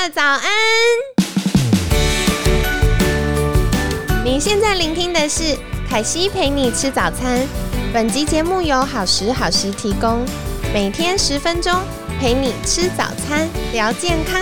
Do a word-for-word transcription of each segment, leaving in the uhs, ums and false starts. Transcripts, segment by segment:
家早安！你现在聆听的是凯西陪你吃早餐。本集节目由好时好时提供，每天十分钟陪你吃早餐，聊健康。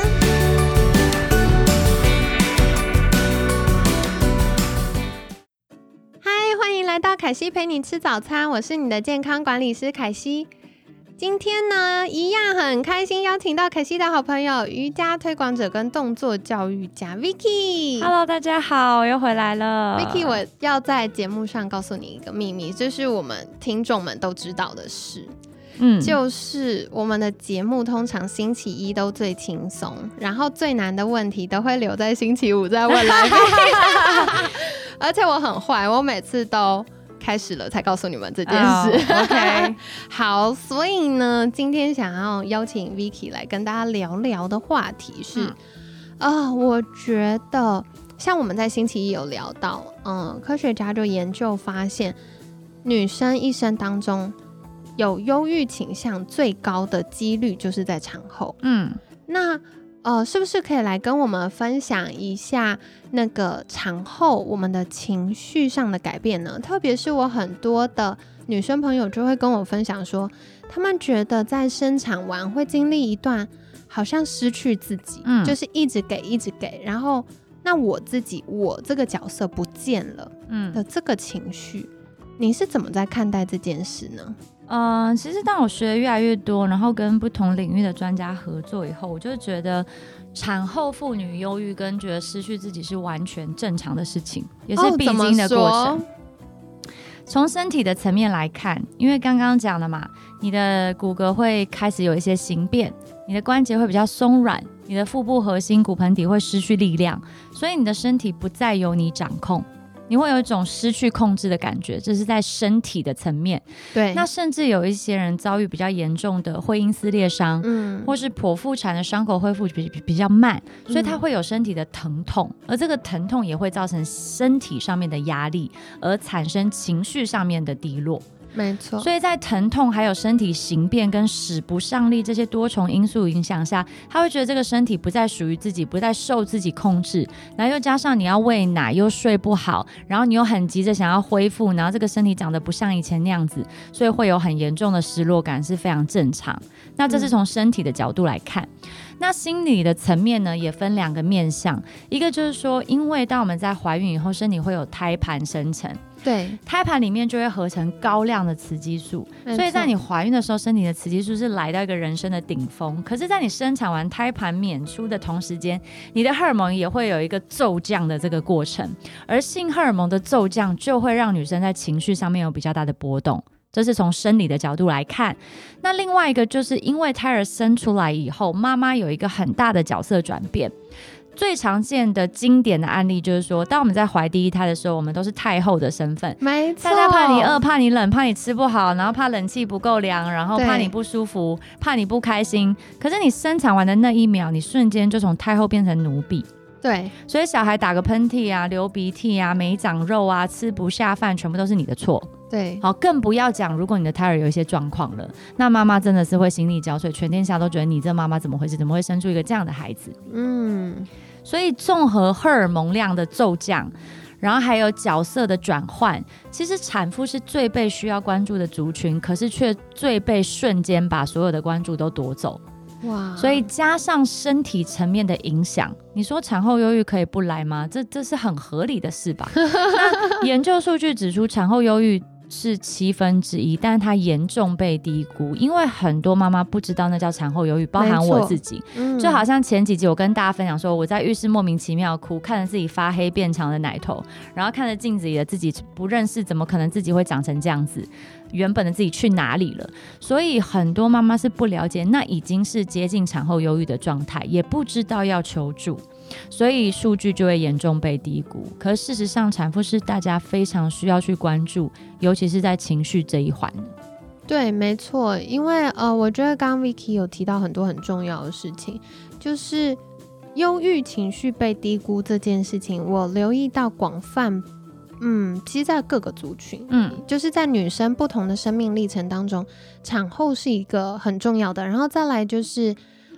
嗨，欢迎来到凯西陪你吃早餐，我是你的健康管理师凯西。今天呢，一样很开心邀请到凯西的好朋友，瑜伽推广者跟动作教育家 Vicky。Hello， 大家好，我又回来了。 Vicky， 我要在节目上告诉你一个秘密，这是我们听众们都知道的事。嗯，就是我们的节目通常星期一都最轻松，然后最难的问题都会留在星期五再问来宾。而且我很坏，我每次都开始了才告诉你们这件事。 oh, OK， 好，所以呢，今天想要邀请 Vicky 来跟大家聊聊的话题是，嗯呃、我觉得像我们在星期一有聊到，嗯，科学家就研究发现，女生一生当中有忧郁倾向最高的几率就是在产后。嗯，那呃，是不是可以来跟我们分享一下那个产后我们的情绪上的改变呢？特别是我很多的女生朋友就会跟我分享说，她们觉得在生产完会经历一段好像失去自己，嗯，就是一直给一直给，然后那我自己我这个角色不见了的这个情绪，你是怎么在看待这件事呢？ 嗯，其实当我学的越来越多，然后跟不同领域的专家合作以后，我就觉得产后妇女忧郁跟觉得失去自己是完全正常的事情，也是必经的过程。从身体的层面来看，因为刚刚讲了嘛，你的骨骼会开始有一些形变，你的关节会比较松软，你的腹部核心骨盆底会失去力量，所以你的身体不再由你掌控，你会有一种失去控制的感觉，这是在身体的层面。 对， 那甚至有一些人遭遇比较严重的会阴撕裂伤，嗯，或是剖腹产的伤口恢复 比, 比较慢，所以他会有身体的疼痛，嗯，而这个疼痛也会造成身体上面的压力，而产生情绪上面的低落。 没错， 所以在疼痛还有身体形变跟使不上力这些多重因素影响下，他会觉得这个身体不再属于自己，不再受自己控制，然后又加上你要喂奶又睡不好，然后你又很急着想要恢复，然后这个身体长得不像以前那样子，所以会有很严重的失落感，是非常正常。那这是从身体的角度来看，嗯，那心理的层面呢也分两个面向，一个就是说，因为当我们在怀孕以后，身体会有胎盘生成， 对， 胎盘里面就会合成高量的雌激素，所以在你怀孕的时候，身体的雌激素是来到一个人生的顶峰。可是在你生产完胎盘娩出的同时间，你的荷尔蒙也会有一个骤降的这个过程，而性荷尔蒙的骤降就会让女生在情绪上面有比较大的波动，这是从生理的角度来看。那另外一个就是因为胎儿生出来以后，妈妈有一个很大的角色转变。最常见的经典的案例就是说，当我们在怀第一胎的时候，我们都是太后的身份， 没错， 大家怕你饿，怕你冷，怕你吃不好，然后怕冷气不够凉，然后怕你不舒服，怕你不开心。可是你生产完的那一秒，你瞬间就从太后变成奴婢。 对， 所以小孩打个喷嚏啊，流鼻涕啊，没长肉啊，吃不下饭，全部都是你的错。 对， 好，更不要讲，如果你的胎儿有一些状况了，那妈妈真的是会心力交瘁，全天下都觉得你这妈妈怎么回事，怎么会生出一个这样的孩子？嗯，所以综合荷尔蒙量的骤降，然后还有角色的转换，其实产妇是最被需要关注的族群，可是却最被瞬间把所有的关注都夺走。哇！所以加上身体层面的影响，你说产后忧郁可以不来吗？这这是很合理的事吧？那研究数据指出，产后忧郁是七分之一，但是它严重被低估，因为很多妈妈不知道那叫产后忧郁，包含我自己，嗯，就好像前几集我跟大家分享说，我在浴室莫名其妙哭，看着自己发黑变长的奶头，然后看着镜子里的自己不认识，怎么可能自己会长成这样子，原本的自己去哪里了？所以很多妈妈是不了解，那已经是接近产后忧郁的状态，也不知道要求助，所以数据就会严重被低估。可事实上，产妇是大家非常需要去关注，尤其是在情绪这一环。 对，没错，因为呃，我觉得刚刚 Vicky 有提到很多很重要的事情，就是忧郁情绪被低估这件事情，我留意到广泛。嗯，其实在各个族群，嗯，就是在女生不同的生命历程当中，产后是一个很重要的，然后再来就是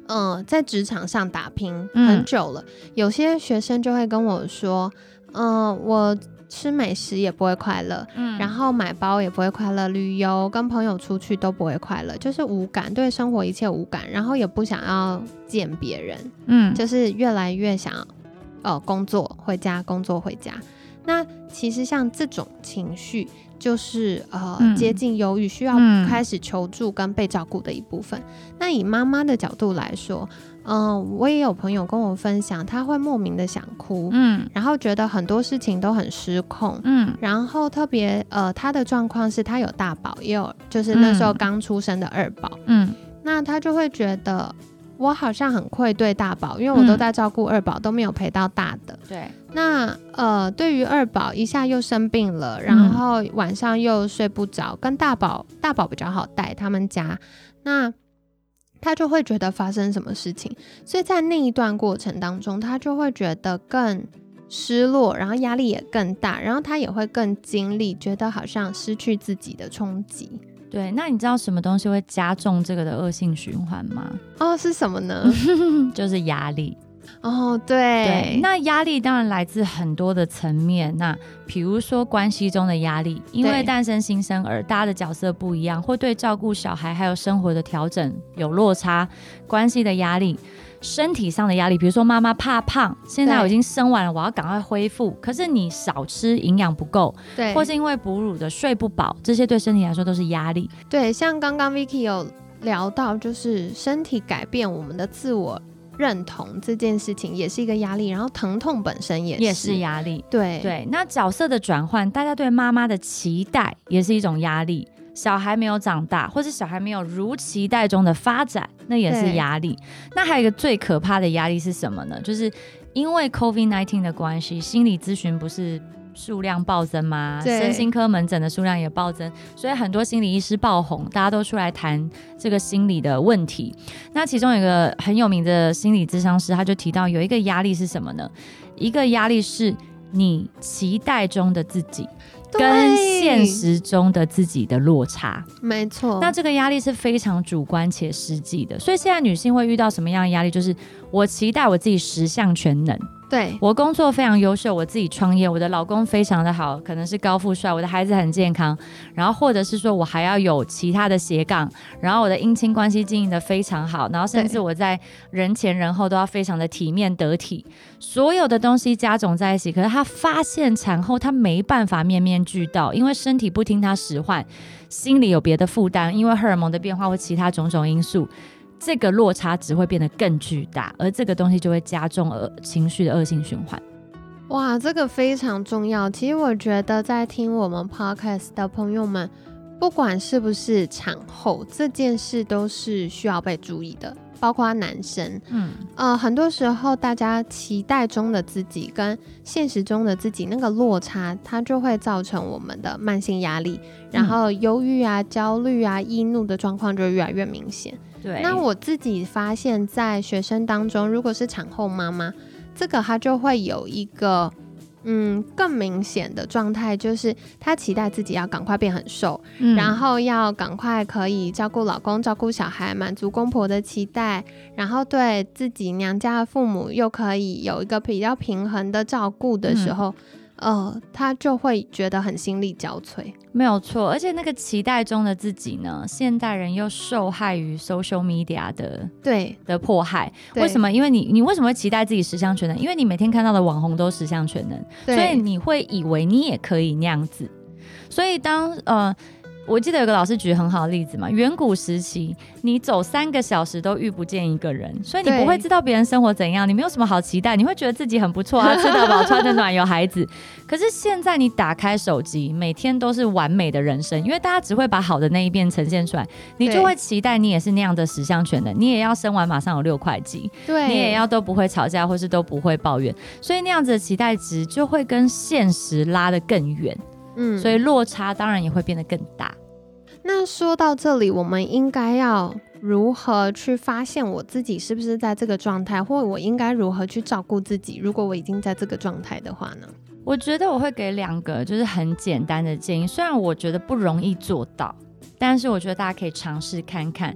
呃，在职场上打拼很久了、嗯、有些学生就会跟我说嗯、呃，我吃美食也不会快乐、嗯、然后买包也不会快乐，旅游跟朋友出去都不会快乐，就是无感，对生活一切无感，然后也不想要见别人，嗯，就是越来越想呃工作回家，工作回家。那其实像这种情绪就是呃、嗯、接近忧郁，需要开始求助跟被照顾的一部分、嗯、那以妈妈的角度来说嗯、呃，我也有朋友跟我分享，他会莫名的想哭，嗯，然后觉得很多事情都很失控，嗯，然后特别呃，他的状况是他有大宝，也有就是那时候刚出生的二宝，嗯，那他就会觉得我好像很愧对大宝，因为我都在照顾二宝、嗯、都没有陪到大的， 对， 那呃，对于二宝一下又生病了，然后晚上又睡不着、嗯、跟大宝大宝比较好带，他们家那他就会觉得发生什么事情，所以在那一段过程当中他就会觉得更失落，然后压力也更大，然后他也会更经历觉得好像失去自己的冲击。 对，那你知道什么东西会加重这个的恶性循环吗？ 哦，是什么呢？ 就是压力。 哦，对对，那压力当然来自很多的层面，那比如说关系中的压力，因为诞生新生儿大家的角色不一样，会对照顾小孩还有生活的调整有落差，关系的压力，身体上的压力，比如说妈妈怕胖，现在我已经生完了，我要赶快恢复，可是你少吃，营养不够，对，或是因为哺乳的睡不饱，这些对身体来说都是压力。 对，像刚刚 Vicky 有聊到，就是身体改变我们的自我认同这件事情也是一个压力，然后疼痛本身也是也是压力。 对对，那角色的转换，大家对妈妈的期待也是一种压力，小孩没有长大，或是小孩没有如期待中的发展，那也是压力。那还有一个最可怕的压力是什么呢？就是因为 COVID 十九 的关系，心理咨询不是数量暴增吗？身心科门诊的数量也暴增，所以很多心理医师爆红，大家都出来谈这个心理的问题。那其中有一个很有名的心理咨商师，他就提到有一个压力是什么呢？一个压力是你期待中的自己跟现实中的自己的落差。 没错， 那这个压力是非常主观且实际的。所以现在女性会遇到什么样的压力？就是我期待我自己十项全能， 对， 我工作非常优秀，我自己创业，我的老公非常的好，可能是高富帅，我的孩子很健康，然后或者是说我还要有其他的斜杠，然后我的姻亲关系经营的非常好，然后甚至我在人前人后都要非常的体面得体，所有的东西加总在一起，可是他发现产后他没办法面面俱到，因为身体不听他使唤，心里有别的负担，因为荷尔蒙的变化或其他种种因素，这个落差只会变得更巨大，而这个东西就会加重情绪的恶性循环。 哇，这个非常重要。其实我觉得在听我们 podcast 的朋友们，不管是不是产后，这件事都是需要被注意的，包括男生。嗯，呃，很多时候大家期待中的自己跟现实中的自己那个落差，它就会造成我们的慢性压力，然后忧郁啊、焦虑啊、易怒的状况就越来越明显。 对， 那我自己发现在学生当中，如果是产后妈妈，这个她就会有一个嗯更明显的状态，就是她期待自己要赶快变很瘦、嗯、然后要赶快可以照顾老公照顾小孩，满足公婆的期待，然后对自己娘家的父母又可以有一个比较平衡的照顾的时候、嗯、呃，她就会觉得很心力交瘁。 没有错，而且那个期待中的自己呢，现代人又受害于 social media 的对的迫害。为什么？因为你你为什么会期待自己十项全能？因为你每天看到的网红都十项全能，所以你会以为你也可以那样子。所以当呃。我记得有个老师举很好的例子嘛，远古时期你走三个小时都遇不见一个人，所以你不会知道别人生活怎样，你没有什么好期待，你会觉得自己很不错啊，吃得饱穿得暖有孩子。可是现在你打开手机，每天都是完美的人生，因为大家只会把好的那一面呈现出来，你就会期待你也是那样的十项全能，你也要生完马上有六块肌，对，你也要都不会吵架或是都不会抱怨，所以那样子的期待值就会跟现实拉得更远。嗯，所以落差当然也会变得更大。 那说到这里，我们应该要如何去发现我自己是不是在这个状态，或我应该如何去照顾自己，如果我已经在这个状态的话呢？ 我觉得我会给两个就是很简单的建议，虽然我觉得不容易做到，但是我觉得大家可以尝试看看。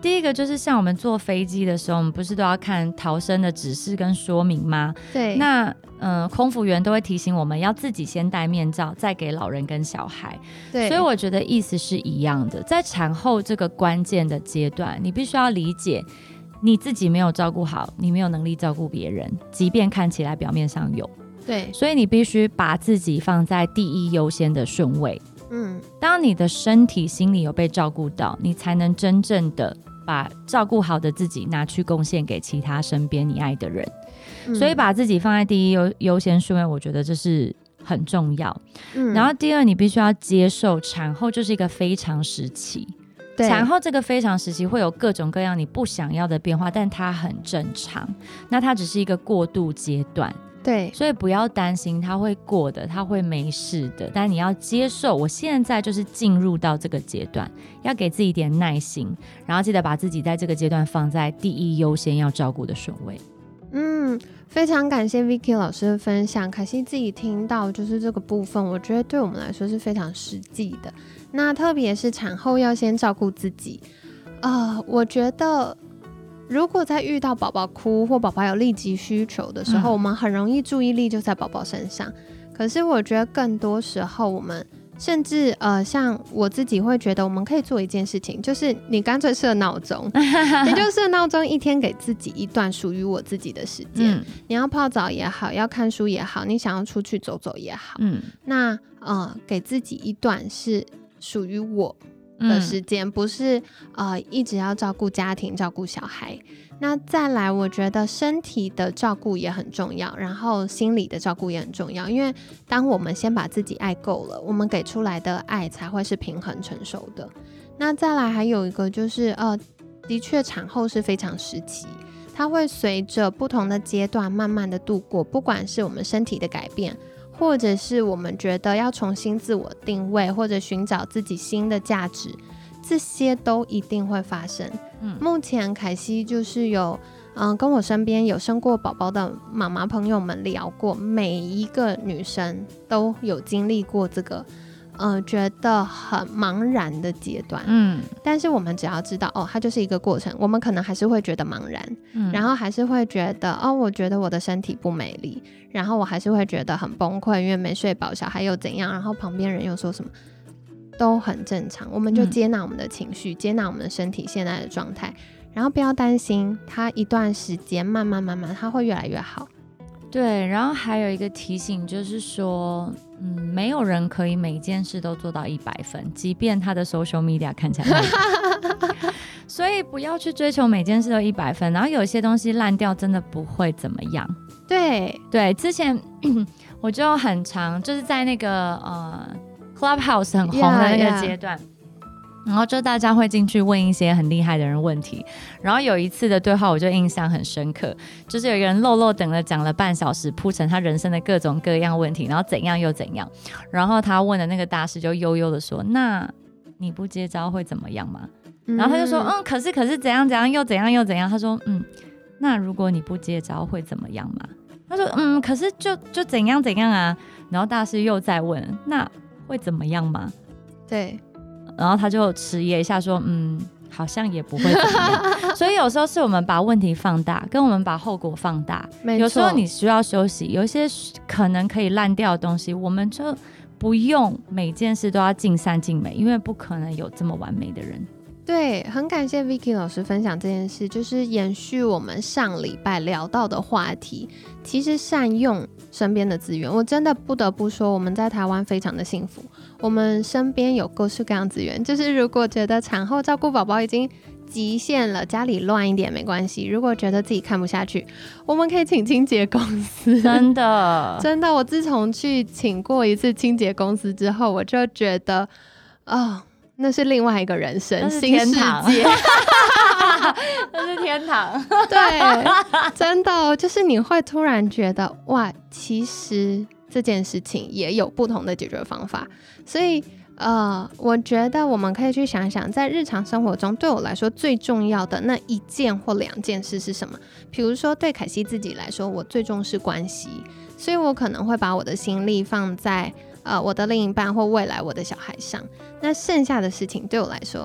第一个就是像我们坐飞机的时候，我们不是都要看逃生的指示跟说明吗？ 对， 那呃，空服员都会提醒我们要自己先戴面罩，再给老人跟小孩。 对， 所以我觉得意思是一样的。在产后这个关键的阶段，你必须要理解你自己没有照顾好，你没有能力照顾别人，即便看起来表面上有。 对， 所以你必须把自己放在第一优先的顺位。 嗯， 当你的身体心理有被照顾到，你才能真正的把照顾好的自己拿去贡献给其他身边你爱的人。嗯、所以把自己放在第一优优先顺位，我觉得这是很重要。嗯、然后第二，你必须要接受产后就是一个非常时期。产后这个非常时期会有各种各样你不想要的变化，但它很正常，那它只是一个过渡阶段。 对， 所以不要担心它会过的，它会没事的，但你要接受我现在就是进入到这个阶段，要给自己一点耐心，然后记得把自己在这个阶段放在第一优先要照顾的顺位。 嗯，非常感谢 Vicky 老师的分享。凯西自己听到就是这个部分，我觉得对我们来说是非常实际的。那特别是产后要先照顾自己，呃，我觉得如果在遇到宝宝哭或宝宝有立即需求的时候、嗯、我们很容易注意力就在宝宝身上。可是我觉得更多时候我们甚至呃，像我自己会觉得我们可以做一件事情，就是你干脆设闹钟你就设闹钟，一天给自己一段属于我自己的时间、嗯、你要泡澡也好，要看书也好，你想要出去走走也好、嗯、那呃，给自己一段是属于我的时间、嗯、不是呃一直要照顾家庭照顾小孩。那再来我觉得身体的照顾也很重要，然后心理的照顾也很重要，因为当我们先把自己爱够了，我们给出来的爱才会是平衡成熟的。那再来还有一个就是呃，的确产后是非常时期，它会随着不同的阶段慢慢的度过，不管是我们身体的改变，或者是我们觉得要重新自我定位，或者寻找自己新的价值，这些都一定会发生。嗯、目前凯西就是有嗯、呃，跟我身边有生过宝宝的妈妈朋友们聊过，每一个女生都有经历过这个呃，觉得很茫然的阶段。嗯，但是我们只要知道哦，它就是一个过程，我们可能还是会觉得茫然、嗯、然后还是会觉得哦，我觉得我的身体不美丽，然后我还是会觉得很崩溃，因为没睡饱，小孩又怎样，然后旁边人又说什么，都很正常。我们就接纳我们的情绪、嗯、接纳我们的身体现在的状态，然后不要担心，它一段时间慢慢慢慢它会越来越好。 对，然后还有一个提醒就是说嗯，没有人可以每件事都做到一百分，即便他的 social media 看起来所以不要去追求每件事都一百分，然后有些东西烂掉真的不会怎么样。 对对，之前我就很常就是在那个呃 Clubhouse 很红的那个阶段、yeah, yeah.然后就大家会进去问一些很厉害的人问题，然后有一次的对话我就印象很深刻，就是有一个人漏漏等了讲了半小时，铺陈他人生的各种各样问题，然后怎样又怎样，然后他问的那个大师就悠悠的说，那你不接招会怎么样吗？然后他就说嗯，可是可是怎样怎样又怎样又怎样，他说嗯，那如果你不接招会怎么样吗？他说嗯，可是就就怎样怎样啊，然后大师又再问，那会怎么样吗？ 对， 然后他就迟疑一下说嗯，好像也不会怎么样所以有时候是我们把问题放大，跟我们把后果放大，有时候你需要休息，有一些可能可以烂掉的东西我们就不用每件事都要尽善尽美，因为不可能有这么完美的人。 对，很感谢 Vicky 老师分享这件事，就是延续我们上礼拜聊到的话题，其实善用身边的资源。我真的不得不说我们在台湾非常的幸福，我们身边有各式各样资源，就是如果觉得产后照顾宝宝已经极限了，家里乱一点没关系，如果觉得自己看不下去，我们可以请清洁公司。 真的真的，我自从去请过一次清洁公司之后，我就觉得哦，那是另外一个人生， 那是天堂， 新世界那是天堂对，真的就是你会突然觉得哇，其实这件事情也有不同的解决方法。所以呃，我觉得我们可以去想想，在日常生活中对我来说最重要的那一件或两件事是什么。比如说对凯西自己来说，我最重视关系，所以我可能会把我的心力放在呃我的另一半或未来我的小孩上。那剩下的事情对我来说，它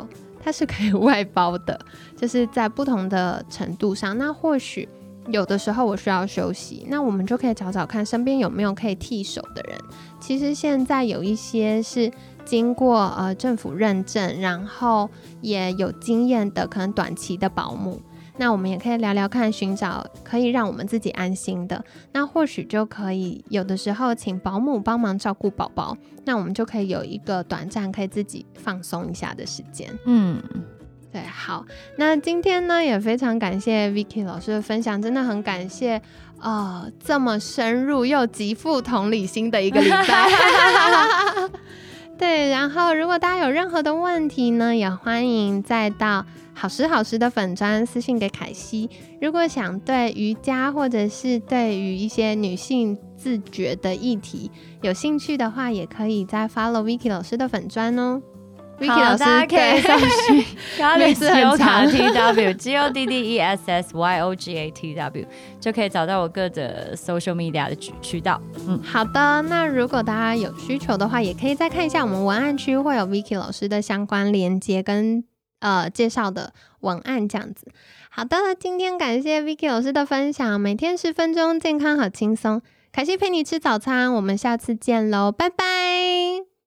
它是可以外包的，就是在不同的程度上。那或许有的时候我需要休息，那我们就可以找找看身边有没有可以替手的人。其实现在有一些是经过呃政府认证，然后也有经验的，可能短期的保姆。那我们也可以聊聊看，寻找可以让我们自己安心的。那或许就可以有的时候请保姆帮忙照顾宝宝，那我们就可以有一个短暂可以自己放松一下的时间。嗯，对，好。那今天呢也非常感谢 Vicky 老师的分享，真的很感谢呃这么深入又极富同理心的一个礼拜。对，然后如果大家有任何的问题呢，也欢迎再到好时好时的粉专私信给凯西。如果想对瑜伽或者是对于一些女性自觉的议题有兴趣的话，也可以再 follow Vicky 老师的粉专哦。Vicky 老师大家可以搜寻 Goddess T W G O D D E S S Y O G A T W 就可以找到我各的 social media 的渠道。 嗯，好的。那如果大家有需求的话，也可以再看一下我们文案区会有 Vicky 老师的相关连结跟呃介绍的文案这样子。好的，今天感谢 Vicky 老师的分享，每天十分钟，健康好轻松。凯西陪你吃早餐，我们下次见喽，拜拜。